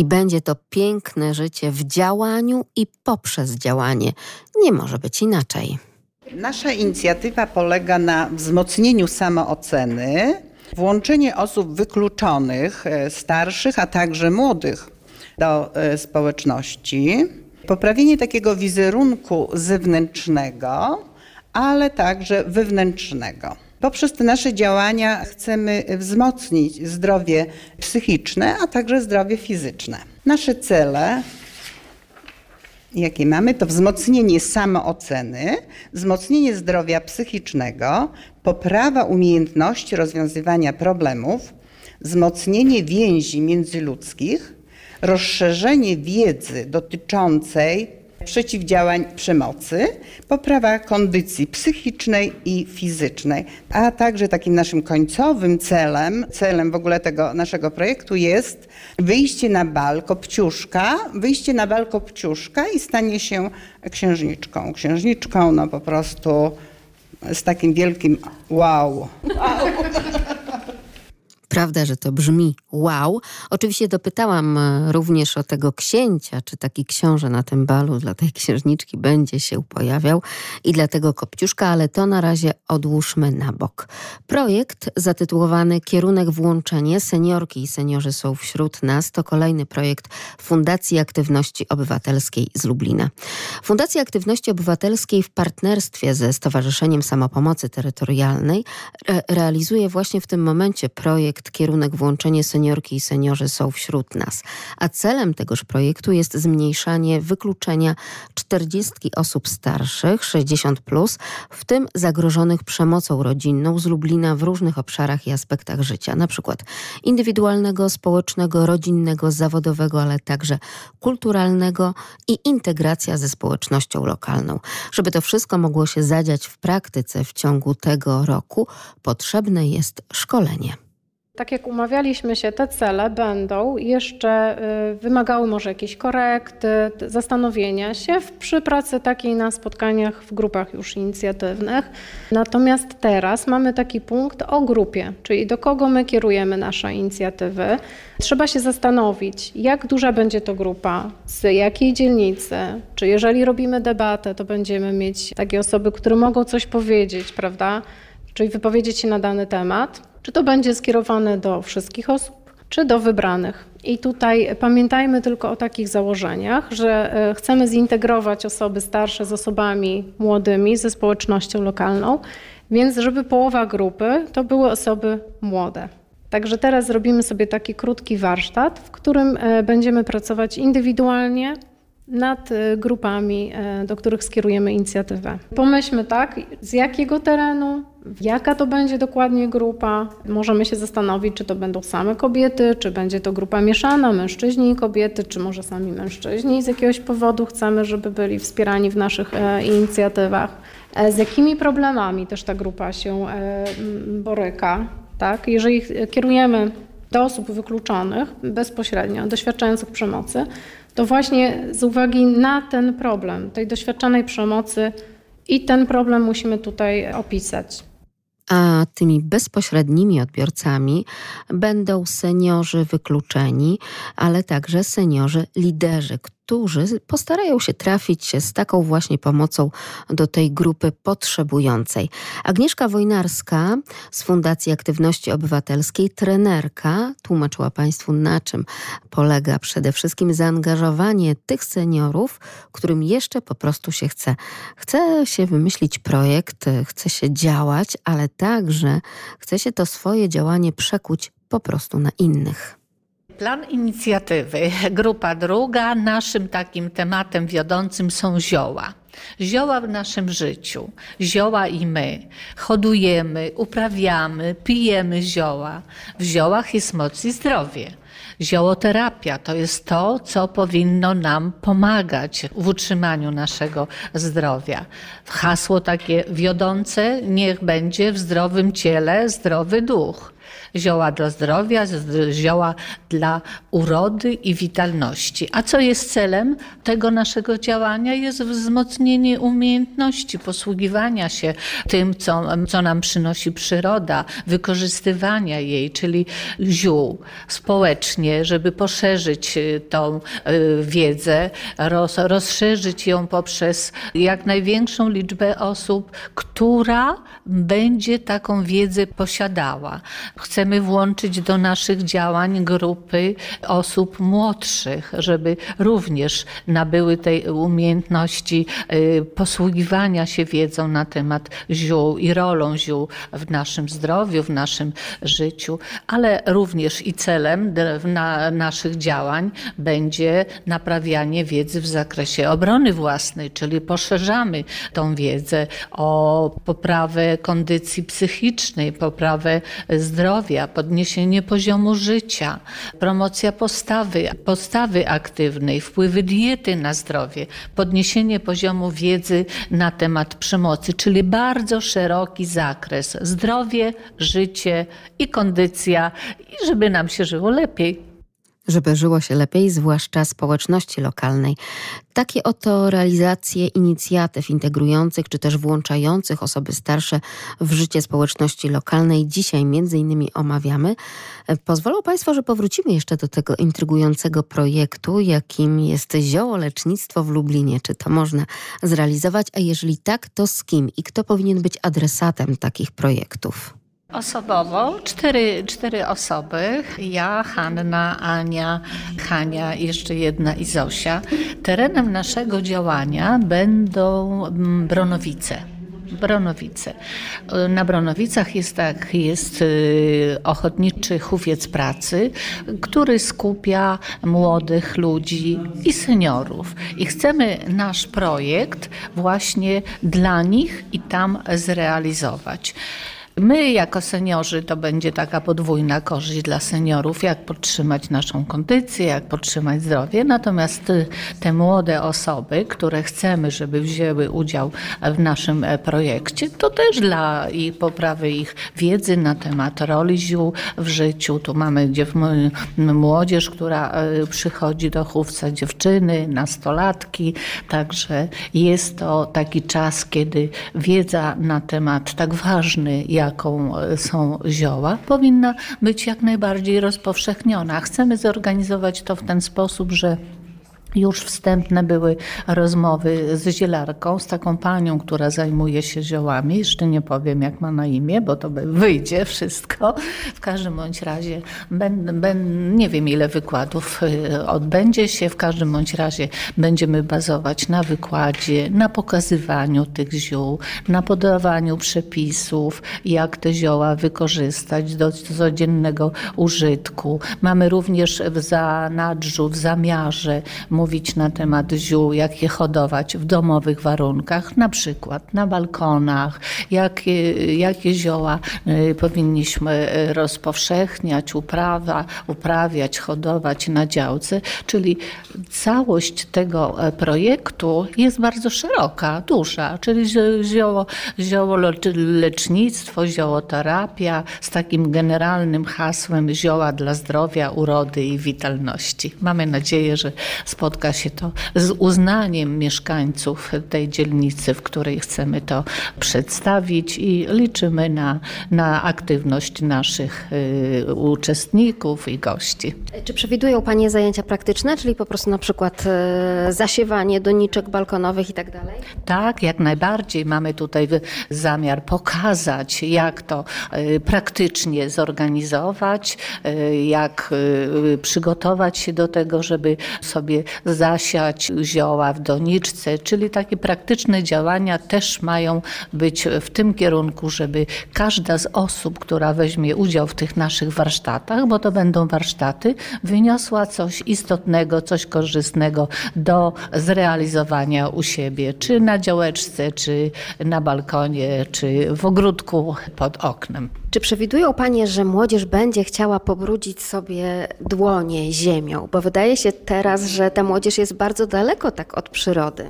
I będzie to piękne życie w działaniu i poprzez działanie. Nie może być inaczej. Nasza inicjatywa polega na wzmocnieniu samooceny, włączenie osób wykluczonych, starszych, a także młodych do społeczności, poprawienie takiego wizerunku zewnętrznego, ale także wewnętrznego. Poprzez te nasze działania chcemy wzmocnić zdrowie psychiczne, a także zdrowie fizyczne. Nasze cele, jakie mamy, to wzmocnienie samooceny, wzmocnienie zdrowia psychicznego, poprawa umiejętności rozwiązywania problemów, wzmocnienie więzi międzyludzkich, rozszerzenie wiedzy dotyczącej przeciwdziałań przemocy, poprawa kondycji psychicznej i fizycznej. A także takim naszym końcowym celem w ogóle tego naszego projektu jest wyjście na bal Kopciuszka i stanie się księżniczką. Księżniczką no po prostu z takim wielkim wow. Prawda, że to brzmi wow. Oczywiście dopytałam również o tego księcia, czy taki książę na tym balu dla tej księżniczki będzie się pojawiał i dla tego Kopciuszka, ale to na razie odłóżmy na bok. Projekt zatytułowany Kierunek Włączenie. Seniorki i seniorzy są wśród nas. To kolejny projekt Fundacji Aktywności Obywatelskiej z Lublina. Fundacja Aktywności Obywatelskiej w partnerstwie ze Stowarzyszeniem Samopomocy Terytorialnej realizuje właśnie w tym momencie projekt Kierunek Włączenie. Seniorki i seniorzy są wśród nas. A celem tegoż projektu jest zmniejszanie wykluczenia 40 osób starszych, 60+, w tym zagrożonych przemocą rodzinną z Lublina w różnych obszarach i aspektach życia, na przykład indywidualnego, społecznego, rodzinnego, zawodowego, ale także kulturalnego i integracja ze społecznością lokalną. Żeby to wszystko mogło się zadziać w praktyce w ciągu tego roku, potrzebne jest szkolenie. Tak jak umawialiśmy się, te cele będą jeszcze wymagały może jakiejś korekty, zastanowienia się przy pracy takiej na spotkaniach w grupach już inicjatywnych. Natomiast teraz mamy taki punkt o grupie, czyli do kogo my kierujemy nasze inicjatywy. Trzeba się zastanowić, jak duża będzie to grupa, z jakiej dzielnicy, czy jeżeli robimy debatę, to będziemy mieć takie osoby, które mogą coś powiedzieć, prawda, czyli wypowiedzieć się na dany temat. Czy to będzie skierowane do wszystkich osób, czy do wybranych. I tutaj pamiętajmy tylko o takich założeniach, że chcemy zintegrować osoby starsze z osobami młodymi, ze społecznością lokalną, więc żeby połowa grupy to były osoby młode. Także teraz zrobimy sobie taki krótki warsztat, w którym będziemy pracować indywidualnie nad grupami, do których skierujemy inicjatywę. Pomyślmy tak, z jakiego terenu, jaka to będzie dokładnie grupa. Możemy się zastanowić, czy to będą same kobiety, czy będzie to grupa mieszana, mężczyźni i kobiety, czy może sami mężczyźni z jakiegoś powodu chcemy, żeby byli wspierani w naszych inicjatywach. Z jakimi problemami też ta grupa się boryka, tak? Jeżeli kierujemy do osób wykluczonych bezpośrednio, doświadczających przemocy, to właśnie z uwagi na ten problem, tej doświadczanej przemocy i ten problem musimy tutaj opisać. A tymi bezpośrednimi odbiorcami będą seniorzy wykluczeni, ale także seniorzy liderzy, którzy postarają się trafić się z taką właśnie pomocą do tej grupy potrzebującej. Agnieszka Wojnarska z Fundacji Aktywności Obywatelskiej, trenerka, tłumaczyła Państwu, na czym polega przede wszystkim zaangażowanie tych seniorów, którym jeszcze po prostu się chce. Chce się wymyślić projekt, chce się działać, ale także chce się to swoje działanie przekuć po prostu na innych. Plan inicjatywy, grupa druga, naszym takim tematem wiodącym są zioła. Zioła w naszym życiu, zioła i my. Hodujemy, uprawiamy, pijemy zioła. W ziołach jest moc i zdrowie. Ziołoterapia to jest to, co powinno nam pomagać w utrzymaniu naszego zdrowia. Hasło takie wiodące: niech będzie w zdrowym ciele zdrowy duch. Zioła dla zdrowia, zioła dla urody i witalności. A co jest celem tego naszego działania? Jest wzmocnienie umiejętności posługiwania się tym, co nam przynosi przyroda, wykorzystywania jej, czyli ziół społecznie, żeby poszerzyć tą wiedzę, rozszerzyć ją poprzez jak największą liczbę osób, która będzie taką wiedzę posiadała. Chcemy włączyć do naszych działań grupy osób młodszych, żeby również nabyły tej umiejętności posługiwania się wiedzą na temat ziół i rolą ziół w naszym zdrowiu, w naszym życiu, ale również i celem naszych działań będzie naprawianie wiedzy w zakresie obrony własnej, czyli poszerzamy tą wiedzę o poprawę kondycji psychicznej, poprawę zdrowia, podniesienie poziomu życia, promocja postawy aktywnej, wpływy diety na zdrowie, podniesienie poziomu wiedzy na temat przemocy, czyli bardzo szeroki zakres. Zdrowie, życie i kondycja i żeby nam się żyło lepiej. Żeby żyło się lepiej, zwłaszcza społeczności lokalnej. Takie oto realizacje inicjatyw integrujących czy też włączających osoby starsze w życie społeczności lokalnej dzisiaj między innymi omawiamy. Pozwolą Państwo, że powrócimy jeszcze do tego intrygującego projektu, jakim jest ziołolecznictwo w Lublinie. Czy to można zrealizować, a jeżeli tak, to z kim i kto powinien być adresatem takich projektów? Osobowo cztery osoby, ja, Hanna, Ania, Hania, jeszcze jedna i Zosia. Terenem naszego działania będą Bronowice. Na Bronowicach jest ochotniczy hufiec pracy, który skupia młodych ludzi i seniorów. I chcemy nasz projekt właśnie dla nich i tam zrealizować. My jako seniorzy to będzie taka podwójna korzyść dla seniorów, jak podtrzymać naszą kondycję, jak podtrzymać zdrowie. Natomiast te młode osoby, które chcemy, żeby wzięły udział w naszym projekcie, to też dla ich poprawy ich wiedzy na temat roli ziół w życiu. Tu mamy młodzież, która przychodzi do chówca, dziewczyny, nastolatki. Także jest to taki czas, kiedy wiedza na temat tak ważny, jaką są zioła, powinna być jak najbardziej rozpowszechniona. Chcemy zorganizować to w ten sposób, że już wstępne były rozmowy z zielarką, z taką panią, która zajmuje się ziołami. Jeszcze nie powiem, jak ma na imię, bo to wyjdzie wszystko. W każdym bądź razie nie wiem, ile wykładów odbędzie się. W każdym bądź razie będziemy bazować na wykładzie, na pokazywaniu tych ziół, na podawaniu przepisów, jak te zioła wykorzystać do codziennego użytku. Mamy również w zanadrzu, w zamiarze mówić na temat ziół, jak je hodować w domowych warunkach, na przykład na balkonach, jakie zioła powinniśmy rozpowszechniać, uprawiać, hodować na działce. Czyli całość tego projektu jest bardzo szeroka, duża, czyli ziołolecznictwo, ziołoterapia z takim generalnym hasłem zioła dla zdrowia, urody i witalności. Mamy nadzieję, że spotka się to z uznaniem mieszkańców tej dzielnicy, w której chcemy to przedstawić i liczymy na aktywność naszych uczestników i gości. Czy przewidują Panie zajęcia praktyczne, czyli po prostu na przykład zasiewanie doniczek balkonowych i tak dalej? Tak, jak najbardziej. Mamy tutaj zamiar pokazać, jak to praktycznie zorganizować, jak przygotować się do tego, żeby sobie zasiać zioła w doniczce, czyli takie praktyczne działania też mają być w tym kierunku, żeby każda z osób, która weźmie udział w tych naszych warsztatach, bo to będą warsztaty, wyniosła coś istotnego, coś korzystnego do zrealizowania u siebie, czy na działeczce, czy na balkonie, czy w ogródku pod oknem. Czy przewidują Panie, że młodzież będzie chciała pobrudzić sobie dłonie ziemią? Bo wydaje się teraz, że ta młodzież jest bardzo daleko tak od przyrody.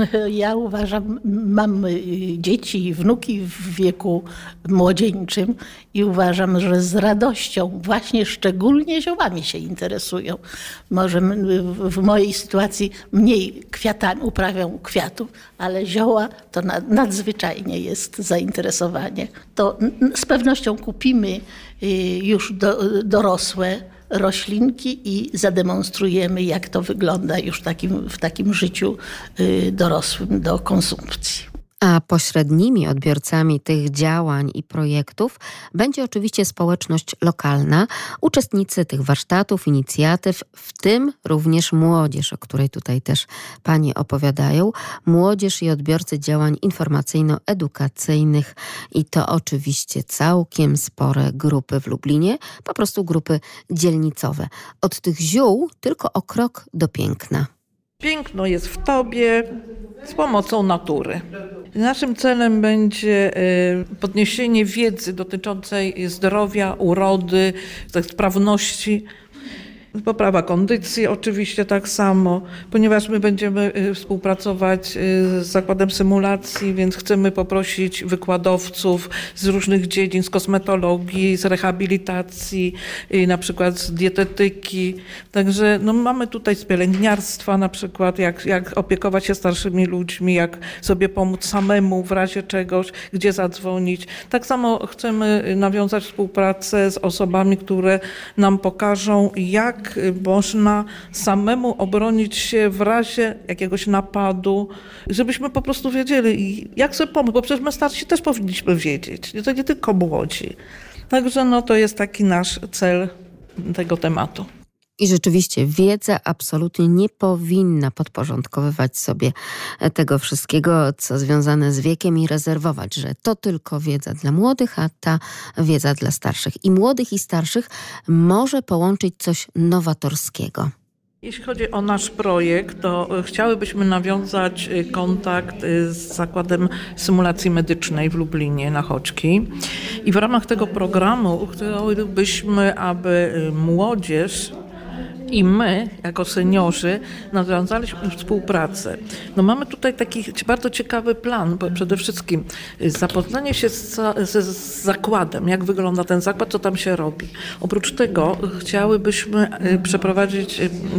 Ja uważam, mam dzieci i wnuki w wieku młodzieńczym i uważam, że z radością właśnie szczególnie ziołami się interesują. Może w mojej sytuacji mniej kwiatami, uprawiam kwiatów, ale zioła to nadzwyczajnie jest zainteresowanie. To z pewnością kupimy już dorosłe roślinki i zademonstrujemy, jak to wygląda już w takim życiu dorosłym do konsumpcji. A pośrednimi odbiorcami tych działań i projektów będzie oczywiście społeczność lokalna, uczestnicy tych warsztatów, inicjatyw, w tym również młodzież, o której tutaj też Panie opowiadają, młodzież i odbiorcy działań informacyjno-edukacyjnych i to oczywiście całkiem spore grupy w Lublinie, po prostu grupy dzielnicowe. Od tych ziół tylko o krok do piękna. Piękno jest w tobie z pomocą natury. Naszym celem będzie podniesienie wiedzy dotyczącej zdrowia, urody, sprawności, poprawa kondycji oczywiście tak samo, ponieważ my będziemy współpracować z Zakładem Symulacji, więc chcemy poprosić wykładowców z różnych dziedzin, z kosmetologii, z rehabilitacji, na przykład z dietetyki. Także mamy tutaj z pielęgniarstwa na przykład, jak opiekować się starszymi ludźmi, jak sobie pomóc samemu w razie czegoś, gdzie zadzwonić. Tak samo chcemy nawiązać współpracę z osobami, które nam pokażą, jak można samemu obronić się w razie jakiegoś napadu, żebyśmy po prostu wiedzieli, jak sobie pomóc, bo przecież my starsi też powinniśmy wiedzieć, to nie tylko młodzi. Także to jest taki nasz cel tego tematu. I rzeczywiście wiedza absolutnie nie powinna podporządkowywać sobie tego wszystkiego, co związane z wiekiem i rezerwować, że to tylko wiedza dla młodych, a ta wiedza dla starszych. I młodych i starszych może połączyć coś nowatorskiego. Jeśli chodzi o nasz projekt, to chciałybyśmy nawiązać kontakt z Zakładem Symulacji Medycznej w Lublinie na Choćki. I w ramach tego programu chciałybyśmy, aby młodzież i my, jako seniorzy, nawiązaliśmy współpracę. Mamy tutaj taki bardzo ciekawy plan, bo przede wszystkim zapoznanie się z zakładem, jak wygląda ten zakład, co tam się robi. Oprócz tego chciałybyśmy przeprowadzić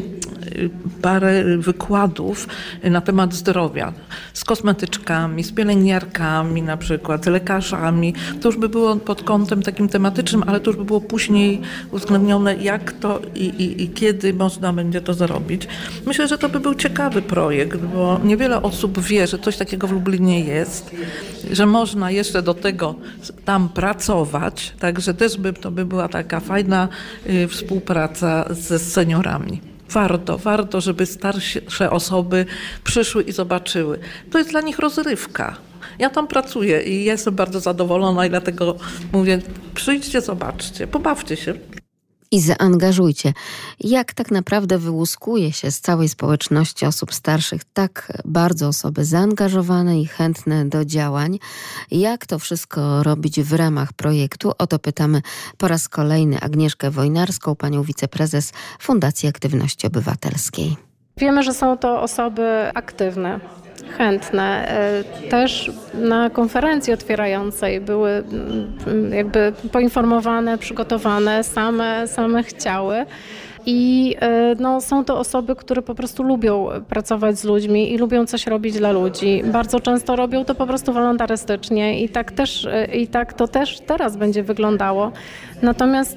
parę wykładów na temat zdrowia z kosmetyczkami, z pielęgniarkami na przykład, z lekarzami. To już by było pod kątem takim tematycznym, ale to już by było później uwzględnione, jak to i kiedy można będzie to zrobić. Myślę, że to by był ciekawy projekt, bo niewiele osób wie, że coś takiego w Lublinie jest, że można jeszcze do tego tam pracować, także też to by była taka fajna współpraca ze seniorami. Warto, żeby starsze osoby przyszły i zobaczyły. To jest dla nich rozrywka. Ja tam pracuję i jestem bardzo zadowolona i dlatego mówię, przyjdźcie, zobaczcie, pobawcie się. I zaangażujcie. Jak tak naprawdę wyłuskuje się z całej społeczności osób starszych tak bardzo osoby zaangażowane i chętne do działań? Jak to wszystko robić w ramach projektu? O to pytamy po raz kolejny Agnieszkę Wojnarską, panią wiceprezes Fundacji Aktywności Obywatelskiej. Wiemy, że są to osoby aktywne, chętne. Też na konferencji otwierającej były jakby poinformowane, przygotowane, same chciały. I są to osoby, które po prostu lubią pracować z ludźmi i lubią coś robić dla ludzi. Bardzo często robią to po prostu wolontarystycznie i tak to też teraz będzie wyglądało. Natomiast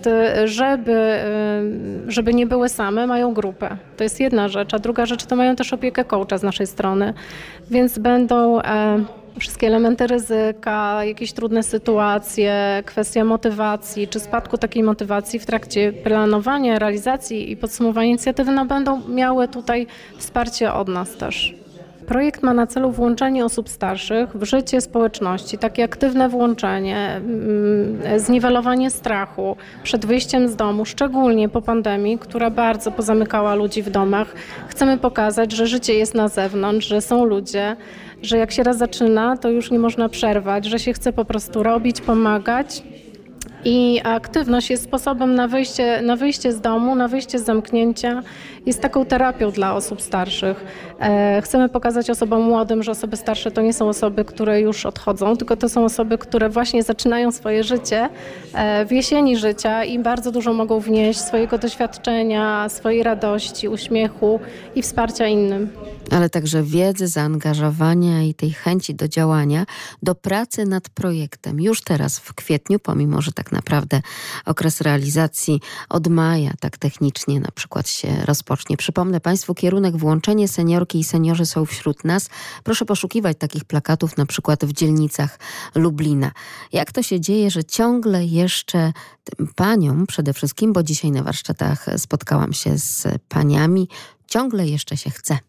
żeby nie były same, mają grupę. To jest jedna rzecz, a druga rzecz to mają też opiekę coacha z naszej strony, więc będą wszystkie elementy ryzyka, jakieś trudne sytuacje, kwestia motywacji czy spadku takiej motywacji w trakcie planowania, realizacji i podsumowania inicjatywy będą miały tutaj wsparcie od nas też. Projekt ma na celu włączenie osób starszych w życie społeczności, takie aktywne włączenie, zniwelowanie strachu przed wyjściem z domu, szczególnie po pandemii, która bardzo pozamykała ludzi w domach. Chcemy pokazać, że życie jest na zewnątrz, że są ludzie, że jak się raz zaczyna, to już nie można przerwać, że się chce po prostu robić, pomagać. I aktywność jest sposobem na wyjście z domu, na wyjście z zamknięcia. Jest taką terapią dla osób starszych. Chcemy pokazać osobom młodym, że osoby starsze to nie są osoby, które już odchodzą, tylko to są osoby, które właśnie zaczynają swoje życie w jesieni życia i bardzo dużo mogą wnieść swojego doświadczenia, swojej radości, uśmiechu i wsparcia innym. Ale także wiedzy, zaangażowania i tej chęci do działania, do pracy nad projektem. Już teraz w kwietniu, pomimo że tak naprawdę okres realizacji od maja tak technicznie na przykład się rozpocznie. Przypomnę Państwu, kierunek włączenie seniorki i seniorzy są wśród nas. Proszę poszukiwać takich plakatów na przykład w dzielnicach Lublina. Jak to się dzieje, że ciągle jeszcze tym paniom przede wszystkim, bo dzisiaj na warsztatach spotkałam się z paniami, ciągle jeszcze się chce.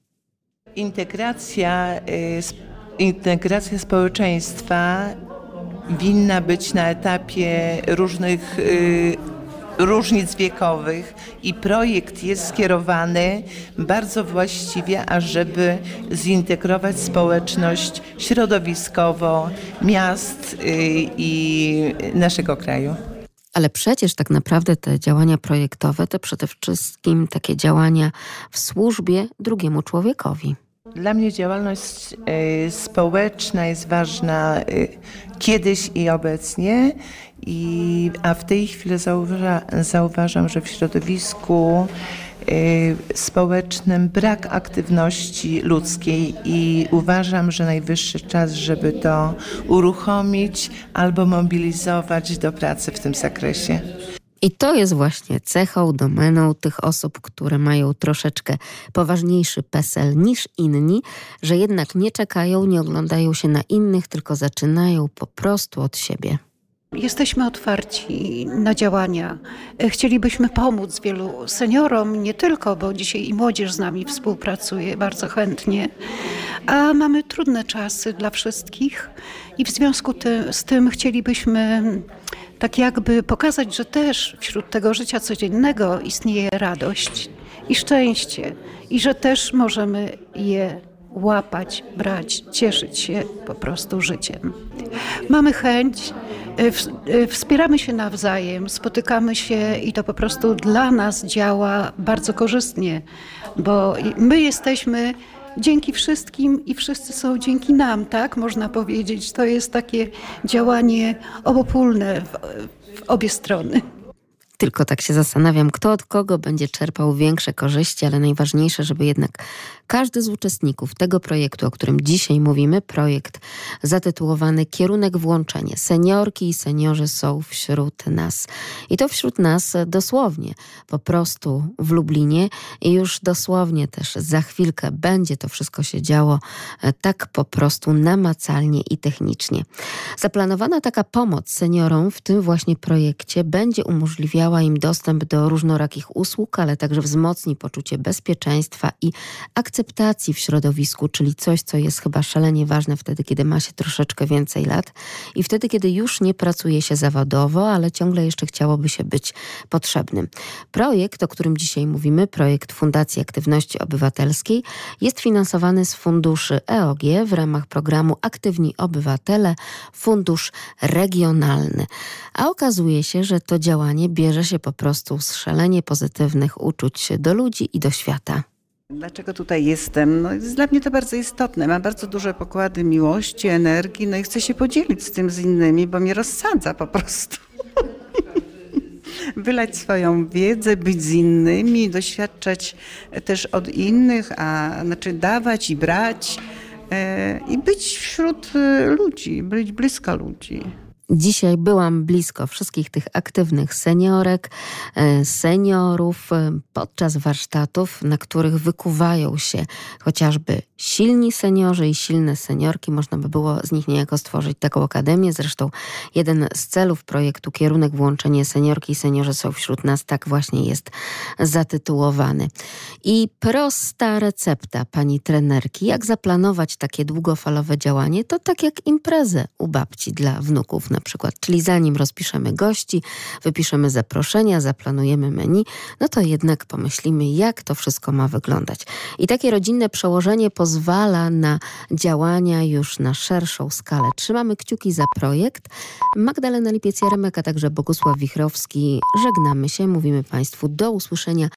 Integracja społeczeństwa winna być na etapie różnic wiekowych i projekt jest skierowany bardzo właściwie, ażeby zintegrować społeczność środowiskowo miast i naszego kraju. Ale przecież tak naprawdę te działania projektowe to przede wszystkim takie działania w służbie drugiemu człowiekowi. Dla mnie działalność społeczna jest ważna kiedyś i obecnie, a w tej chwili zauważam, że w środowisku społecznym brak aktywności ludzkiej i uważam, że najwyższy czas, żeby to uruchomić albo mobilizować do pracy w tym zakresie. I to jest właśnie cechą, domeną tych osób, które mają troszeczkę poważniejszy PESEL niż inni, że jednak nie czekają, nie oglądają się na innych, tylko zaczynają po prostu od siebie. Jesteśmy otwarci na działania. Chcielibyśmy pomóc wielu seniorom, nie tylko, bo dzisiaj i młodzież z nami współpracuje bardzo chętnie, a mamy trudne czasy dla wszystkich i w związku z tym chcielibyśmy tak jakby pokazać, że też wśród tego życia codziennego istnieje radość i szczęście i że też możemy je łapać, brać, cieszyć się po prostu życiem. Mamy chęć, wspieramy się nawzajem, spotykamy się i to po prostu dla nas działa bardzo korzystnie, bo my jesteśmy dzięki wszystkim i wszyscy są dzięki nam, tak można powiedzieć. To jest takie działanie obopólne w obie strony. Tylko tak się zastanawiam, kto od kogo będzie czerpał większe korzyści, ale najważniejsze, żeby jednak każdy z uczestników tego projektu, o którym dzisiaj mówimy, projekt zatytułowany Kierunek włączenie. Seniorki i seniorzy są wśród nas. I to wśród nas dosłownie, po prostu w Lublinie i już dosłownie też za chwilkę będzie to wszystko się działo tak po prostu namacalnie i technicznie. Zaplanowana taka pomoc seniorom w tym właśnie projekcie będzie umożliwiała im dostęp do różnorakich usług, ale także wzmocni poczucie bezpieczeństwa i akceptacji w środowisku, czyli coś, co jest chyba szalenie ważne wtedy, kiedy ma się troszeczkę więcej lat i wtedy, kiedy już nie pracuje się zawodowo, ale ciągle jeszcze chciałoby się być potrzebnym. Projekt, o którym dzisiaj mówimy, projekt Fundacji Aktywności Obywatelskiej, jest finansowany z funduszy EOG w ramach programu Aktywni Obywatele, fundusz regionalny. A okazuje się, że to działanie bierze się po prostu z szalenie pozytywnych uczuć do ludzi i do świata. Dlaczego tutaj jestem? No, jest dla mnie to bardzo istotne. Mam bardzo duże pokłady miłości, energii, no i chcę się podzielić z tym z innymi, bo mnie rozsadza po prostu. Wylać swoją wiedzę, być z innymi, doświadczać też od innych, znaczy dawać i brać i być wśród ludzi, być blisko ludzi. Dzisiaj byłam blisko wszystkich tych aktywnych seniorek, seniorów podczas warsztatów, na których wykuwają się chociażby silni seniorzy i silne seniorki. Można by było z nich niejako stworzyć taką akademię. Zresztą jeden z celów projektu Kierunek włączenie seniorki i seniorzy są wśród nas, tak właśnie jest zatytułowany. I prosta recepta pani trenerki, jak zaplanować takie długofalowe działanie, to tak jak imprezę u babci dla wnuków na na przykład. Czyli zanim rozpiszemy gości, wypiszemy zaproszenia, zaplanujemy menu, no to jednak pomyślimy, jak to wszystko ma wyglądać. I takie rodzinne przełożenie pozwala na działania już na szerszą skalę. Trzymamy kciuki za projekt. Magdalena Lipiec-Jaremek, a także Bogusław Wichrowski. Żegnamy się, mówimy Państwu do usłyszenia